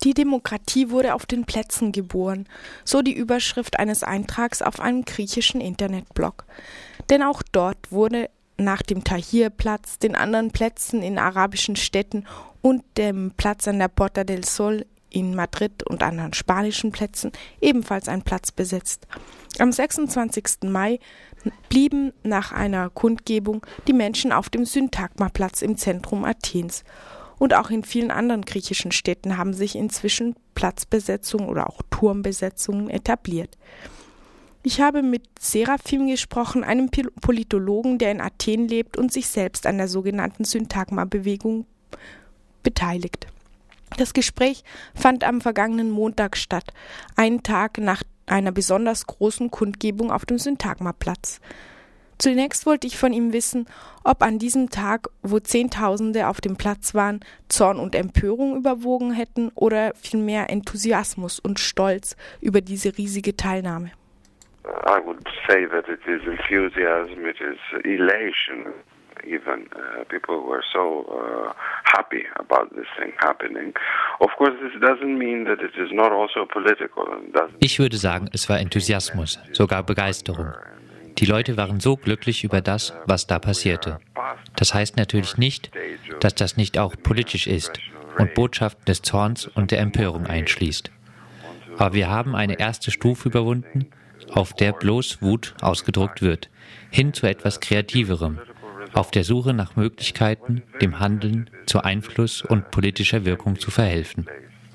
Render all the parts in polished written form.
Die Demokratie wurde auf den Plätzen geboren, so die Überschrift eines Eintrags auf einem griechischen Internetblog. Denn auch dort wurde nach dem Tahrir-Platz, den anderen Plätzen in arabischen Städten und dem Platz an der Porta del Sol in Madrid und anderen spanischen Plätzen ebenfalls ein Platz besetzt. Am 26. Mai blieben nach einer Kundgebung die Menschen auf dem Syntagma-Platz im Zentrum Athens. Und auch in vielen anderen griechischen Städten haben sich inzwischen Platzbesetzungen oder auch Turmbesetzungen etabliert. Ich habe mit Seraphim gesprochen, einem Politologen, der in Athen lebt und sich selbst an der sogenannten Syntagma-Bewegung beteiligt. Das Gespräch fand am vergangenen Montag statt, einen Tag nach einer besonders großen Kundgebung auf dem Syntagma-Platz. Zunächst wollte ich von ihm wissen, ob an diesem Tag, wo Zehntausende auf dem Platz waren, Zorn und Empörung überwogen hätten oder vielmehr Enthusiasmus und Stolz über diese riesige Teilnahme. I would say that it is enthusiasm, it is elation. Even people were so happy about this thing happening. Of course, this doesn't mean that it is not also political. Ich würde sagen, es war Enthusiasmus, sogar Begeisterung. Die Leute waren so glücklich über das, was da passierte. Das heißt natürlich nicht, dass das nicht auch politisch ist und Botschaften des Zorns und der Empörung einschließt. Aber wir haben eine erste Stufe überwunden, auf der bloß Wut ausgedrückt wird, hin zu etwas Kreativerem, auf der Suche nach Möglichkeiten, dem Handeln zu Einfluss und politischer Wirkung zu verhelfen.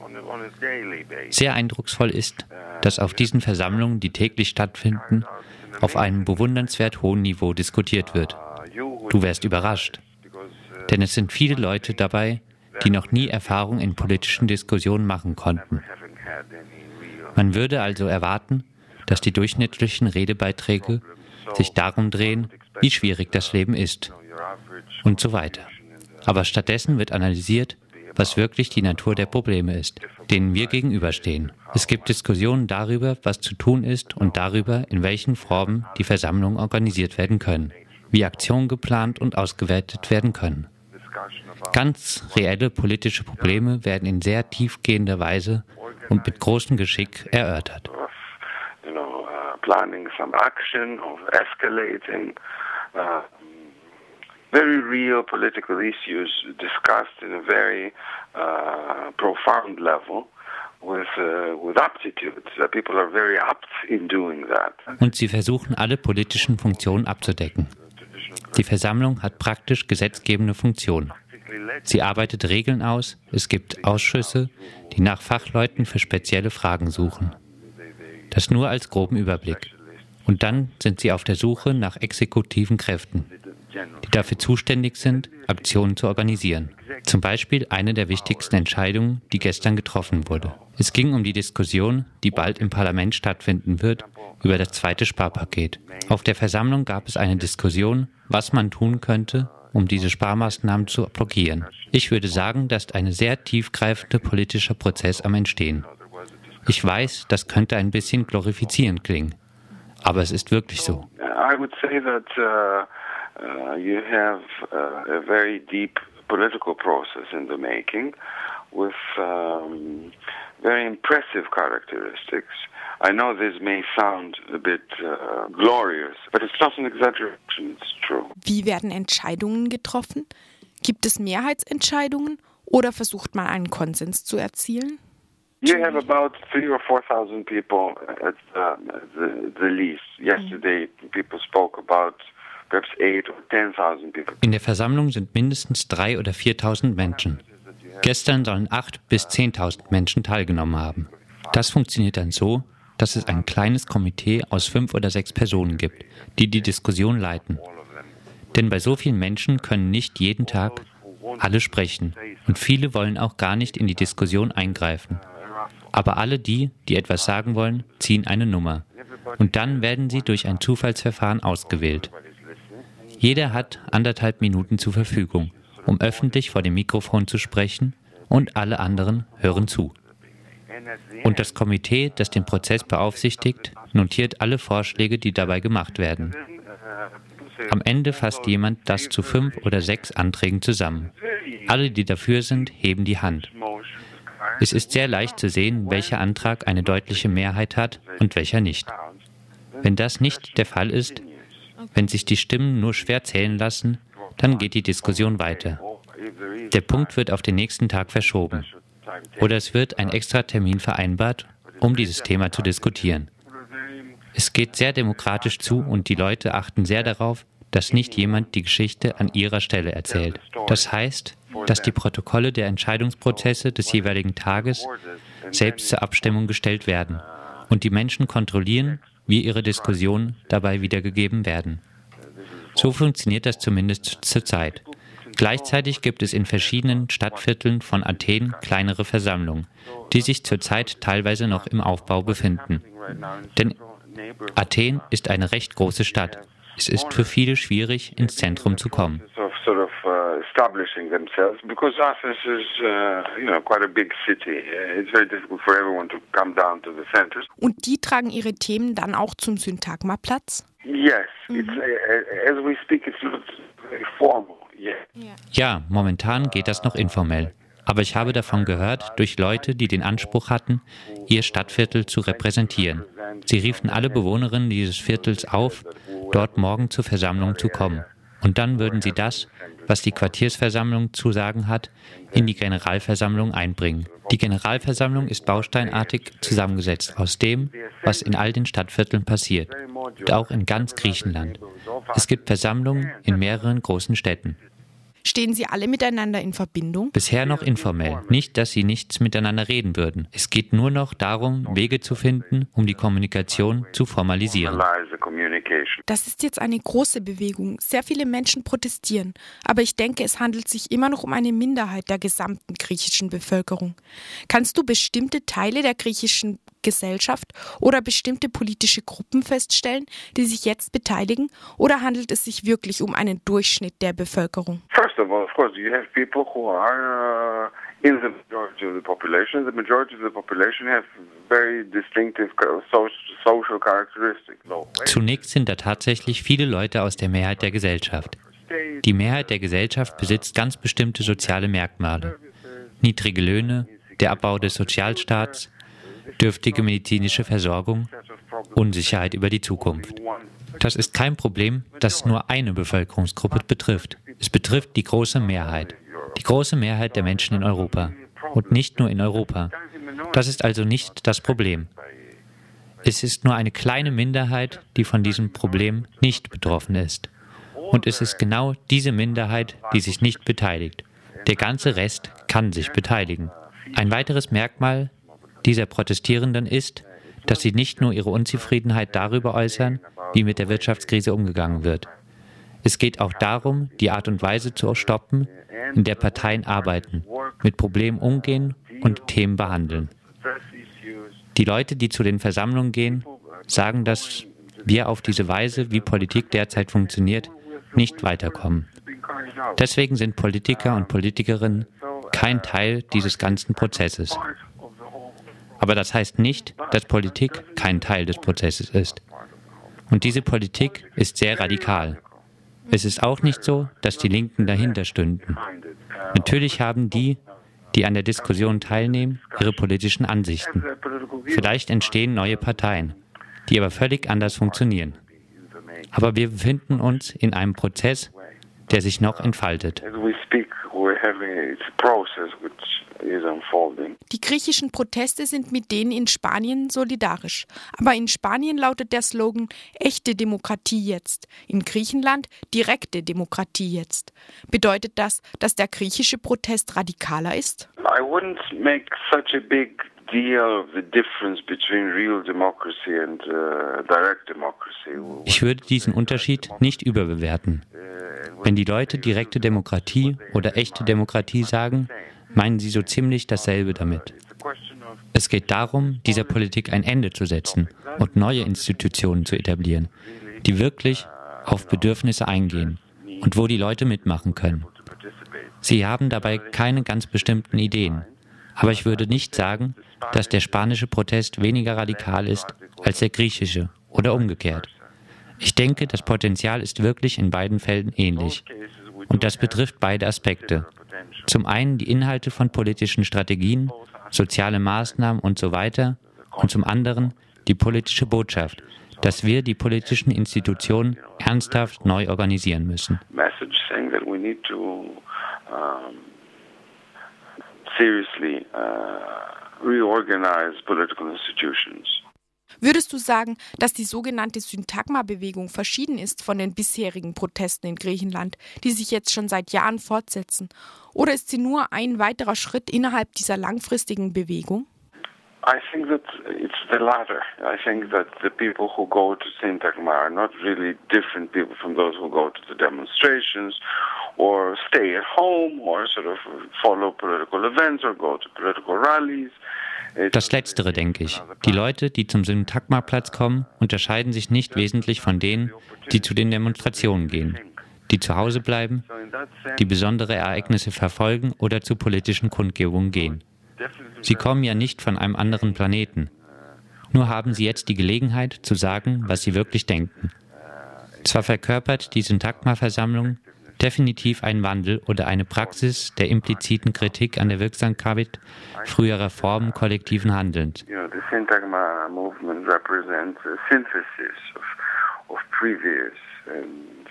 Sehr eindrucksvoll ist, dass auf diesen Versammlungen, die täglich stattfinden, auf einem bewundernswert hohen Niveau diskutiert wird. Du wärst überrascht, denn es sind viele Leute dabei, die noch nie Erfahrung in politischen Diskussionen machen konnten. Man würde also erwarten, dass die durchschnittlichen Redebeiträge sich darum drehen, wie schwierig das Leben ist und so weiter. Aber stattdessen wird analysiert, was wirklich die Natur der Probleme ist, denen wir gegenüberstehen. Es gibt Diskussionen darüber, was zu tun ist und darüber, in welchen Formen die Versammlungen organisiert werden können, wie Aktionen geplant und ausgewertet werden können. Ganz reelle politische Probleme werden in sehr tiefgehender Weise und mit großem Geschick erörtert. Planning some action of escalating very real political issues discussed in a very profound level with aptitude. People are very apt in doing that. Und sie versuchen, alle politischen Funktionen abzudecken. Die Versammlung hat praktisch gesetzgebende Funktion. Sie arbeitet Regeln aus, es gibt Ausschüsse, die nach Fachleuten für spezielle Fragen suchen. Das nur als groben Überblick. Und dann sind sie auf der Suche nach exekutiven Kräften, die dafür zuständig sind, Aktionen zu organisieren. Zum Beispiel eine der wichtigsten Entscheidungen, die gestern getroffen wurde. Es ging um die Diskussion, die bald im Parlament stattfinden wird, über das zweite Sparpaket. Auf der Versammlung gab es eine Diskussion, was man tun könnte, um diese Sparmaßnahmen zu blockieren. Ich würde sagen, da ist ein sehr tiefgreifender politischer Prozess am Entstehen. Ich weiß, das könnte ein bisschen glorifizierend klingen, aber es ist wirklich so. I would say that you have a very deep political process in the making with very impressive characteristics. I know this may sound a bit glorious, but it's not an exaggeration, it's true. Wie werden Entscheidungen getroffen? Gibt es Mehrheitsentscheidungen oder versucht man einen Konsens zu erzielen? You have about 3,000 or 4,000 people at the least. Yesterday, people spoke about perhaps 8,000 or 10,000 people. In der Versammlung sind mindestens 3.000 oder 4.000 Menschen. Gestern sollen 8.000 bis 10.000 Menschen teilgenommen haben. Das funktioniert dann so, dass es ein kleines Komitee aus 5 oder 6 Personen gibt, die die Diskussion leiten. Denn bei so vielen Menschen können nicht jeden Tag alle sprechen und viele wollen auch gar nicht in die Diskussion eingreifen. Aber alle die etwas sagen wollen, ziehen eine Nummer. Und dann werden sie durch ein Zufallsverfahren ausgewählt. Jeder hat 1,5 Minuten zur Verfügung, um öffentlich vor dem Mikrofon zu sprechen und alle anderen hören zu. Und das Komitee, das den Prozess beaufsichtigt, notiert alle Vorschläge, die dabei gemacht werden. Am Ende fasst jemand das zu 5 oder 6 Anträgen zusammen. Alle, die dafür sind, heben die Hand. Es ist sehr leicht zu sehen, welcher Antrag eine deutliche Mehrheit hat und welcher nicht. Wenn das nicht der Fall ist, wenn sich die Stimmen nur schwer zählen lassen, dann geht die Diskussion weiter. Der Punkt wird auf den nächsten Tag verschoben. Oder es wird ein extra Termin vereinbart, um dieses Thema zu diskutieren. Es geht sehr demokratisch zu und die Leute achten sehr darauf, dass nicht jemand die Geschichte an ihrer Stelle erzählt. Das heißt, dass die Protokolle der Entscheidungsprozesse des jeweiligen Tages selbst zur Abstimmung gestellt werden und die Menschen kontrollieren, wie ihre Diskussionen dabei wiedergegeben werden. So funktioniert das zumindest zurzeit. Gleichzeitig gibt es in verschiedenen Stadtvierteln von Athen kleinere Versammlungen, die sich zurzeit teilweise noch im Aufbau befinden. Denn Athen ist eine recht große Stadt. Es ist für viele schwierig, ins Zentrum zu kommen. Establishing themselves because Athens is, quite a big city. It's very difficult for everyone to come down to the center. Und die tragen ihre Themen dann auch zum Syntagma-Platz? Yes, it's, as we speak, it's not very formal yet. Ja, momentan geht das noch informell. Aber ich habe davon gehört, durch Leute, die den Anspruch hatten, ihr Stadtviertel zu repräsentieren. Sie riefen alle Bewohnerinnen dieses Viertels auf, dort morgen zur Versammlung zu kommen. Und dann würden sie das, was die Quartiersversammlung zu sagen hat, in die Generalversammlung einbringen. Die Generalversammlung ist bausteinartig zusammengesetzt aus dem, was in all den Stadtvierteln passiert, und auch in ganz Griechenland. Es gibt Versammlungen in mehreren großen Städten. Stehen sie alle miteinander in Verbindung? Bisher noch informell. Nicht, dass sie nichts miteinander reden würden. Es geht nur noch darum, Wege zu finden, um die Kommunikation zu formalisieren. Das ist jetzt eine große Bewegung. Sehr viele Menschen protestieren. Aber ich denke, es handelt sich immer noch um eine Minderheit der gesamten griechischen Bevölkerung. Kannst du bestimmte Teile der griechischen Gesellschaft oder bestimmte politische Gruppen feststellen, die sich jetzt beteiligen? Oder handelt es sich wirklich um einen Durchschnitt der Bevölkerung? First of all, of course, you have people who are in the majority of the population. The majority of the population have very distinctive social characteristics. Zunächst sind da tatsächlich viele Leute aus der Mehrheit der Gesellschaft. Die Mehrheit der Gesellschaft besitzt ganz bestimmte soziale Merkmale. Niedrige Löhne, der Abbau des Sozialstaats, dürftige medizinische Versorgung, Unsicherheit über die Zukunft. Das ist kein Problem, das nur eine Bevölkerungsgruppe betrifft. Es betrifft die große Mehrheit der Menschen in Europa. Und nicht nur in Europa. Das ist also nicht das Problem. Es ist nur eine kleine Minderheit, die von diesem Problem nicht betroffen ist. Und es ist genau diese Minderheit, die sich nicht beteiligt. Der ganze Rest kann sich beteiligen. Ein weiteres Merkmal dieser Protestierenden ist, dass sie nicht nur ihre Unzufriedenheit darüber äußern, wie mit der Wirtschaftskrise umgegangen wird. Es geht auch darum, die Art und Weise zu stoppen, in der Parteien arbeiten, mit Problemen umgehen und Themen behandeln. Die Leute, die zu den Versammlungen gehen, sagen, dass wir auf diese Weise, wie Politik derzeit funktioniert, nicht weiterkommen. Deswegen sind Politiker und Politikerinnen kein Teil dieses ganzen Prozesses. Aber das heißt nicht, dass Politik kein Teil des Prozesses ist. Und diese Politik ist sehr radikal. Es ist auch nicht so, dass die Linken dahinter stünden. Natürlich haben die an der Diskussion teilnehmen, ihre politischen Ansichten. Vielleicht entstehen neue Parteien, die aber völlig anders funktionieren. Aber wir befinden uns in einem Prozess, der sich noch entfaltet. Die griechischen Proteste sind mit denen in Spanien solidarisch. Aber in Spanien lautet der Slogan echte Demokratie jetzt. In Griechenland direkte Demokratie jetzt. Bedeutet das, dass der griechische Protest radikaler ist? I wouldn't make such a big deal of the difference between real democracy and direct democracy. Ich würde diesen Unterschied nicht überbewerten. Wenn die Leute direkte Demokratie oder echte Demokratie sagen, meinen sie so ziemlich dasselbe damit. Es geht darum, dieser Politik ein Ende zu setzen und neue Institutionen zu etablieren, die wirklich auf Bedürfnisse eingehen und wo die Leute mitmachen können. Sie haben dabei keine ganz bestimmten Ideen, aber ich würde nicht sagen, dass der spanische Protest weniger radikal ist als der griechische oder umgekehrt. Ich denke, das Potenzial ist wirklich in beiden Fällen ähnlich. Und das betrifft beide Aspekte. Zum einen die Inhalte von politischen Strategien soziale Maßnahmen und so weiter. Und zum anderen die politische Botschaft, dass wir die politischen Institutionen ernsthaft neu organisieren müssen. Würdest du sagen, dass die sogenannte Syntagma-Bewegung verschieden ist von den bisherigen Protesten in Griechenland, die sich jetzt schon seit Jahren fortsetzen? Oder ist sie nur ein weiterer Schritt innerhalb dieser langfristigen Bewegung? I think that it's the latter. I think that the people who go to Syntagma are not really different people from those who go to the demonstrations or stay at home or sort of follow political events or go to political rallies. Das Letztere, denke ich. Die Leute, die zum Syntagma-Platz kommen, unterscheiden sich nicht wesentlich von denen, die zu den Demonstrationen gehen, die zu Hause bleiben, die besondere Ereignisse verfolgen oder zu politischen Kundgebungen gehen. Sie kommen ja nicht von einem anderen Planeten. Nur haben sie jetzt die Gelegenheit, zu sagen, was sie wirklich denken. Zwar verkörpert die Syntagma-Versammlung definitiv einen Wandel oder eine Praxis der impliziten Kritik an der Wirksamkeit früherer Formen kollektiven Handelns. The Syntagma movement represents a synthesis of previous and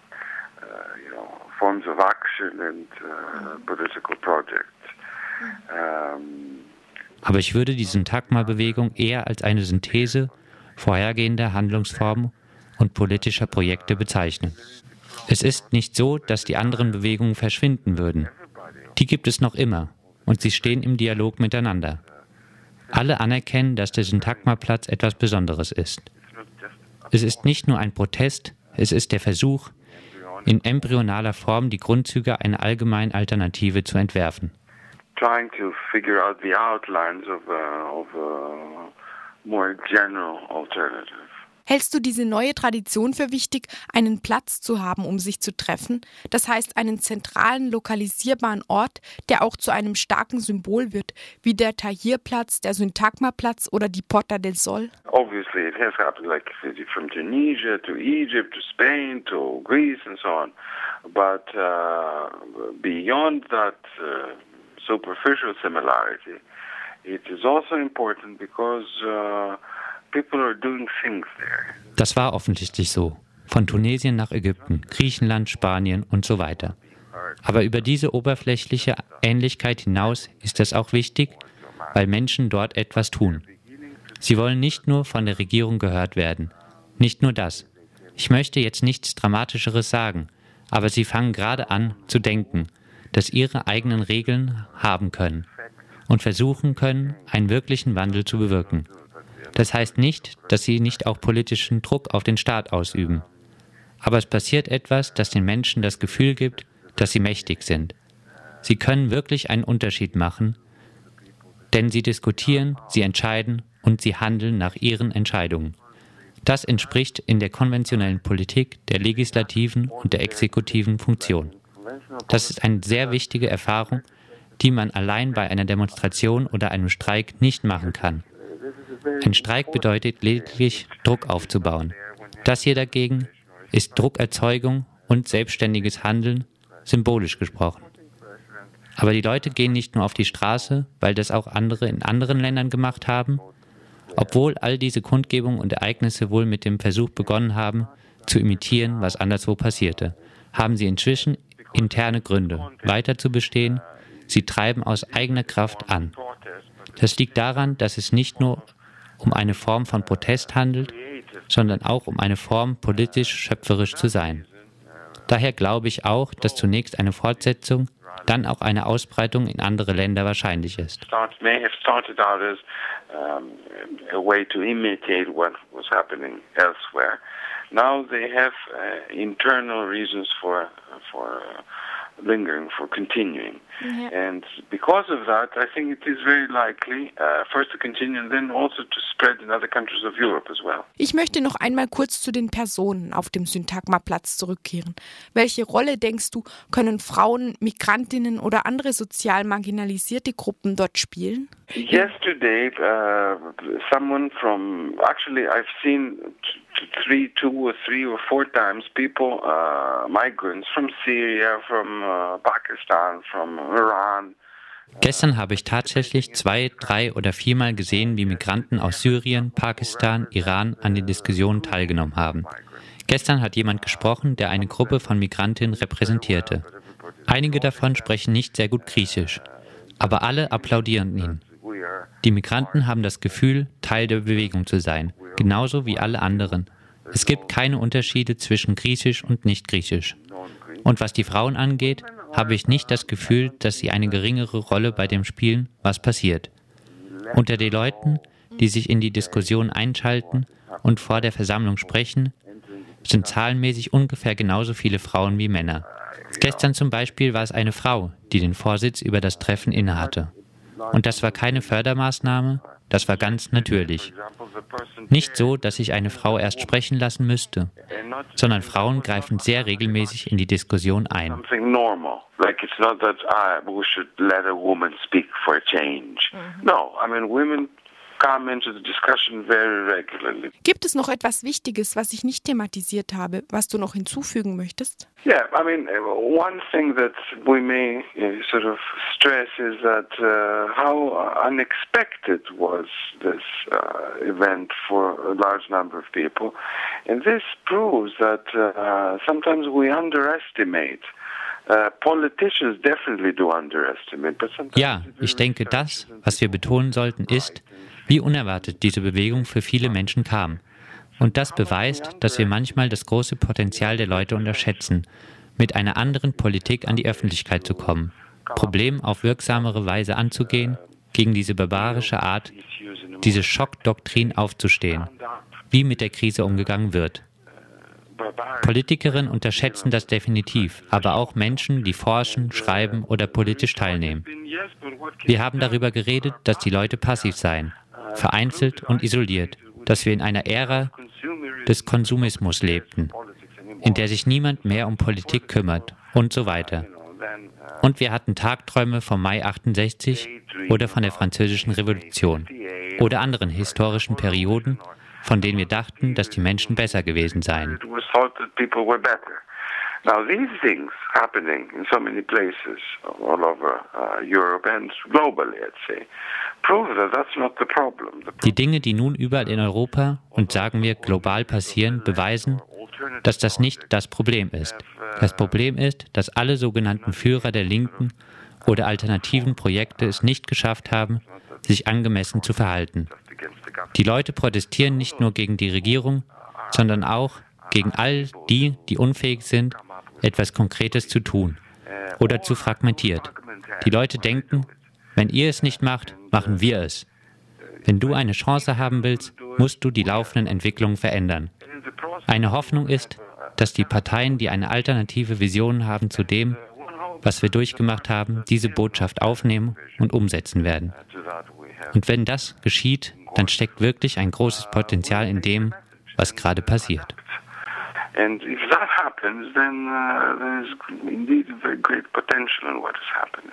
forms of action and political projects. Aber ich würde die Syntagma-Bewegung eher als eine Synthese vorhergehender Handlungsformen und politischer Projekte bezeichnen. Es ist nicht so, dass die anderen Bewegungen verschwinden würden. Die gibt es noch immer und sie stehen im Dialog miteinander. Alle anerkennen, dass der Syntagma-Platz etwas Besonderes ist. Es ist nicht nur ein Protest, es ist der Versuch, in embryonaler Form die Grundzüge einer allgemeinen Alternative zu entwerfen. Trying to figure out the outlines of a more general alternative. Hältst du diese neue Tradition für wichtig, einen Platz zu haben, um sich zu treffen? Das heißt, einen zentralen, lokalisierbaren Ort, der auch zu einem starken Symbol wird, wie der Tahrirplatz, der Syntagma-Platz oder die Porta del Sol? Obviously, it has happened like from Tunisia to Egypt to Spain to Greece and so on. But beyond that superficial similarity, it is also important because people are doing things there. Das war offensichtlich so. Von Tunesien nach Ägypten, Griechenland, Spanien und so weiter. Aber über diese oberflächliche Ähnlichkeit hinaus ist es auch wichtig, weil Menschen dort etwas tun. Sie wollen nicht nur von der Regierung gehört werden. Nicht nur das. Ich möchte jetzt nichts Dramatischeres sagen, aber sie fangen gerade an zu denken, dass ihre eigenen Regeln haben können und versuchen können, einen wirklichen Wandel zu bewirken. Das heißt nicht, dass sie nicht auch politischen Druck auf den Staat ausüben. Aber es passiert etwas, das den Menschen das Gefühl gibt, dass sie mächtig sind. Sie können wirklich einen Unterschied machen, denn sie diskutieren, sie entscheiden und sie handeln nach ihren Entscheidungen. Das entspricht in der konventionellen Politik der legislativen und der exekutiven Funktion. Das ist eine sehr wichtige Erfahrung, die man allein bei einer Demonstration oder einem Streik nicht machen kann. Ein Streik bedeutet lediglich, Druck aufzubauen. Das hier dagegen ist Druckerzeugung und selbstständiges Handeln, symbolisch gesprochen. Aber die Leute gehen nicht nur auf die Straße, weil das auch andere in anderen Ländern gemacht haben, obwohl all diese Kundgebungen und Ereignisse wohl mit dem Versuch begonnen haben, zu imitieren, was anderswo passierte, haben sie inzwischen interne Gründe, weiter zu bestehen. Sie treiben aus eigener Kraft an. Das liegt daran, dass es nicht nur um eine Form von Protest handelt, sondern auch um eine Form, politisch schöpferisch zu sein. Daher glaube ich auch, dass zunächst eine Fortsetzung, dann auch eine Ausbreitung in andere Länder wahrscheinlich ist. May have started out as a way to imitate what was happening elsewhere. Now they have internal reasons for lingering, for continuing. Ja. And because of that, I think it is very likely first to continue and then also to spread in other countries of Europe as well. Ich möchte noch einmal kurz zu den Personen auf dem Syntagma-Platz zurückkehren. Welche Rolle, denkst du, können Frauen, Migrantinnen oder andere sozial marginalisierte Gruppen dort spielen? Yesterday, someone from, actually I've seen two or three or four times people, migrants from Syria, from Pakistan, from Iran, Gestern habe ich tatsächlich 2, 3 oder 4 Mal gesehen, wie Migranten aus Syrien, Pakistan, Iran an den Diskussionen teilgenommen haben. Gestern hat jemand gesprochen, der eine Gruppe von Migrantinnen repräsentierte. Einige davon sprechen nicht sehr gut Griechisch, aber alle applaudieren ihn. Die Migranten haben das Gefühl, Teil der Bewegung zu sein, genauso wie alle anderen. Es gibt keine Unterschiede zwischen Griechisch und Nicht-Griechisch. Und was die Frauen angeht, habe ich nicht das Gefühl, dass sie eine geringere Rolle bei dem spielen, was passiert. Unter den Leuten, die sich in die Diskussion einschalten und vor der Versammlung sprechen, sind zahlenmäßig ungefähr genauso viele Frauen wie Männer. Gestern zum Beispiel war es eine Frau, die den Vorsitz über das Treffen innehatte. Und das war keine Fördermaßnahme, das war ganz natürlich. Nicht so, dass ich eine Frau erst sprechen lassen müsste, sondern Frauen greifen sehr regelmäßig in die Diskussion ein. Gibt es noch etwas Wichtiges, was ich nicht thematisiert habe, was du noch hinzufügen möchtest? Yeah, I mean, one thing that we may sort of stress is that how unexpected was this event for a large number of people. And this proves that sometimes we underestimate. Politicians definitely do underestimate, but sometimes. Ja, ich denke, das, was wir betonen sollten, ist, wie unerwartet diese Bewegung für viele Menschen kam. Und das beweist, dass wir manchmal das große Potenzial der Leute unterschätzen, mit einer anderen Politik an die Öffentlichkeit zu kommen, Probleme auf wirksamere Weise anzugehen, gegen diese barbarische Art, diese Schockdoktrin aufzustehen, wie mit der Krise umgegangen wird. Politikerinnen unterschätzen das definitiv, aber auch Menschen, die forschen, schreiben oder politisch teilnehmen. Wir haben darüber geredet, dass die Leute passiv seien, vereinzelt und isoliert, dass wir in einer Ära des Konsumismus lebten, in der sich niemand mehr um Politik kümmert und so weiter. Und wir hatten Tagträume vom Mai 68 oder von der Französischen Revolution oder anderen historischen Perioden, von denen wir dachten, dass die Menschen besser gewesen seien. Now these things happening in so many places all over Europe and globally, I'd say, prove that that's not the problem. Die Dinge, die nun überall in Europa und sagen wir global passieren, beweisen, dass das nicht das Problem ist. Das Problem ist, dass alle sogenannten Führer der Linken oder alternativen Projekte es nicht geschafft haben, sich angemessen zu verhalten. Die Leute protestieren nicht nur gegen die Regierung, sondern auch gegen all die, die unfähig sind, etwas Konkretes zu tun oder zu fragmentiert. Die Leute denken, wenn ihr es nicht macht, machen wir es. Wenn du eine Chance haben willst, musst du die laufenden Entwicklungen verändern. Eine Hoffnung ist, dass die Parteien, die eine alternative Vision haben zu dem, was wir durchgemacht haben, diese Botschaft aufnehmen und umsetzen werden. Und wenn das geschieht, dann steckt wirklich ein großes Potenzial in dem, was gerade passiert. And if that happens, then there's indeed a very great potential in what is happening.